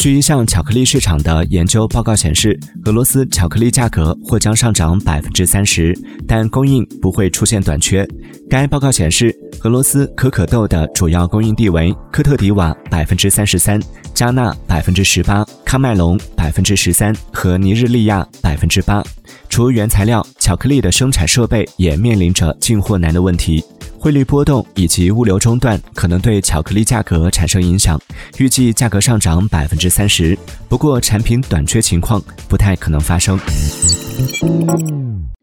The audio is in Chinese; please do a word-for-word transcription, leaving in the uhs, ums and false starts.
据一项巧克力市场的研究报告显示，俄罗斯巧克力价格或将上涨 百分之三十， 但供应不会出现短缺。该报告显示，俄罗斯可可豆的主要供应地为科特迪瓦 百分之三十三， 加纳 百分之十八， 喀麦隆 百分之十三 和尼日利亚 百分之八。除原材料，巧克力的生产设备也面临着进货难的问题。汇率波动以及物流中断可能对巧克力价格产生影响，预计价格上涨 百分之三十， 不过产品短缺情况不太可能发生。